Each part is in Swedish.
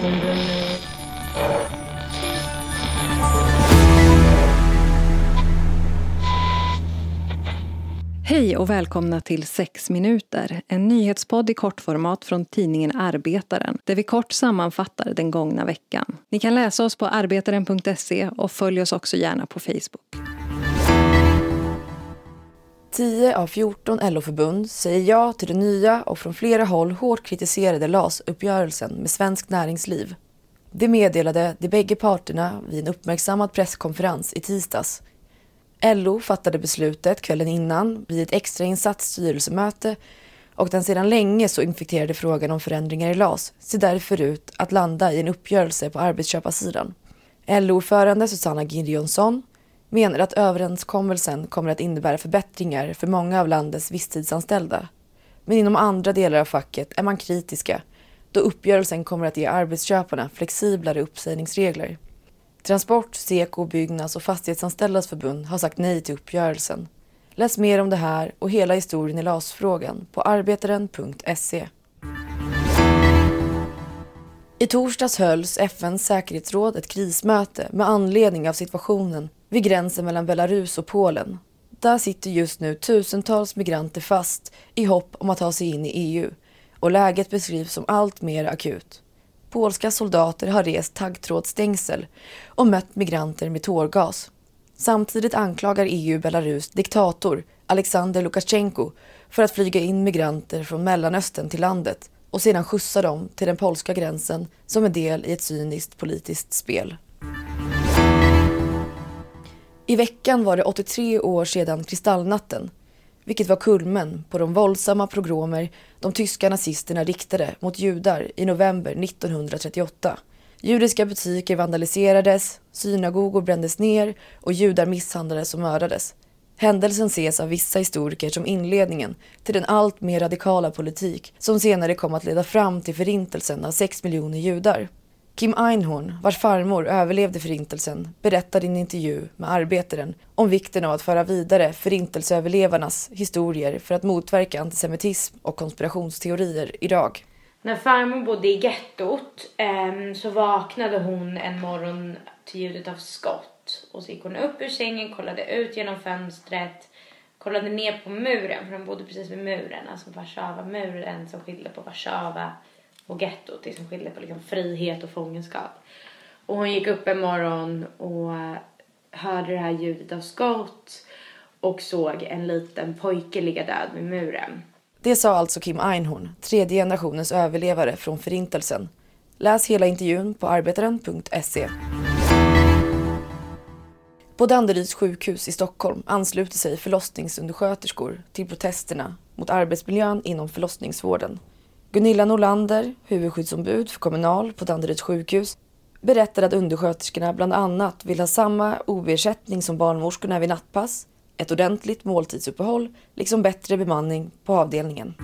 Hej och välkomna till 6 minuter, en nyhetspodd i kortformat från tidningen Arbetaren, där vi kort sammanfattar den gångna veckan. Ni kan läsa oss på arbetaren.se och följ oss också gärna på Facebook. 10 av 14 LO-förbund säger ja till den nya och från flera håll hårt kritiserade LAS-uppgörelsen med Svenskt Näringsliv. Det meddelade de bägge parterna vid en uppmärksammad presskonferens i tisdags. LO fattade beslutet kvällen innan vid ett extrainsatt styrelsemöte och den sedan länge så infekterade frågan om förändringar i LAS ser därför ut att landa i en uppgörelse på arbetsköparsidan. LO-ordförande Susanna Gideonsson menar att överenskommelsen kommer att innebära förbättringar för många av landets visstidsanställda. Men inom andra delar av facket är man kritiska då uppgörelsen kommer att ge arbetsköparna flexiblare uppsägningsregler. Transport, Seko, Byggnads och Fastighetsanställdas förbund har sagt nej till uppgörelsen. Läs mer om det här och hela historien i LAS-frågan på arbetaren.se. I torsdags hölls FNs säkerhetsråd ett krismöte med anledning av situationen vid gränsen mellan Belarus och Polen. Där sitter just nu tusentals migranter fast i hopp om att ta sig in i EU och läget beskrivs som allt mer akut. Polska soldater har rest taggtrådsstängsel och mött migranter med tårgas. Samtidigt anklagar EU Belarus diktator Alexander Lukasjenko för att flyga in migranter från Mellanöstern till landet och sedan skjutsa dem till den polska gränsen som en del i ett cyniskt politiskt spel. I veckan var det 83 år sedan Kristallnatten, vilket var kulmen på de våldsamma pogromer de tyska nazisterna riktade mot judar i november 1938. Judiska butiker vandaliserades, synagogor brändes ner och judar misshandlades och mördades. Händelsen ses av vissa historiker som inledningen till den allt mer radikala politik som senare kom att leda fram till förintelsen av 6 miljoner judar. Kim Einhorn, vars farmor överlevde förintelsen, berättade i en intervju med Arbetaren om vikten av att föra vidare förintelseöverlevarnas historier för att motverka antisemitism och konspirationsteorier idag. När farmor bodde i gettot så vaknade hon en morgon till ljudet av skott. Och så gick hon upp ur sängen, kollade ut genom fönstret, kollade ner på muren, för de bodde precis vid muren, alltså Warszawa-muren som skilde på Warszawa och gettot, det som skiljer på liksom frihet och fångenskap. Och hon gick upp en morgon och hörde det här ljudet av skott och såg en liten pojke ligga död vid muren. Det sa alltså Kim Einhorn, tredje generationens överlevare från förintelsen. Läs hela intervjun på arbetaren.se. På Danderyds sjukhus i Stockholm ansluter sig förlossningsundersköterskor till protesterna mot arbetsmiljön inom förlossningsvården. Gunilla Norlander, huvudskyddsombud för Kommunal på Danderyds sjukhus, berättade att undersköterskorna bland annat vill ha samma OB-ersättning som barnmorskorna vid nattpass, ett ordentligt måltidsuppehåll, liksom bättre bemanning på avdelningen.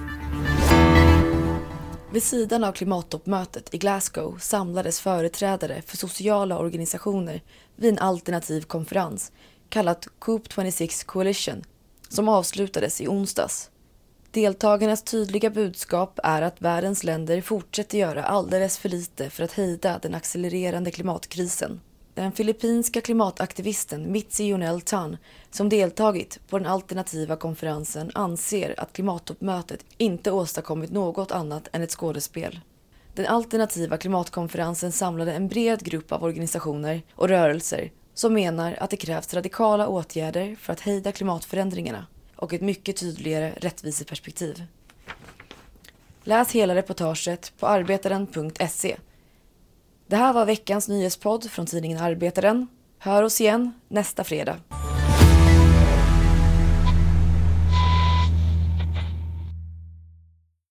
Vid sidan av klimattoppmötet i Glasgow samlades företrädare för sociala organisationer vid en alternativ konferens kallat COP26 Coalition som avslutades i onsdags. Deltagarnas tydliga budskap är att världens länder fortsätter göra alldeles för lite för att hejda den accelererande klimatkrisen. Den filippinska klimataktivisten Mitzi Yonel Tan, som deltagit på den alternativa konferensen, anser att klimattoppmötet inte åstadkommit något annat än ett skådespel. Den alternativa klimatkonferensen samlade en bred grupp av organisationer och rörelser som menar att det krävs radikala åtgärder för att hejda klimatförändringarna och ett mycket tydligare rättviseperspektiv. Läs hela reportaget på arbetaren.se. Det här var veckans nyhetspodd från tidningen Arbetaren. Hör oss igen nästa fredag.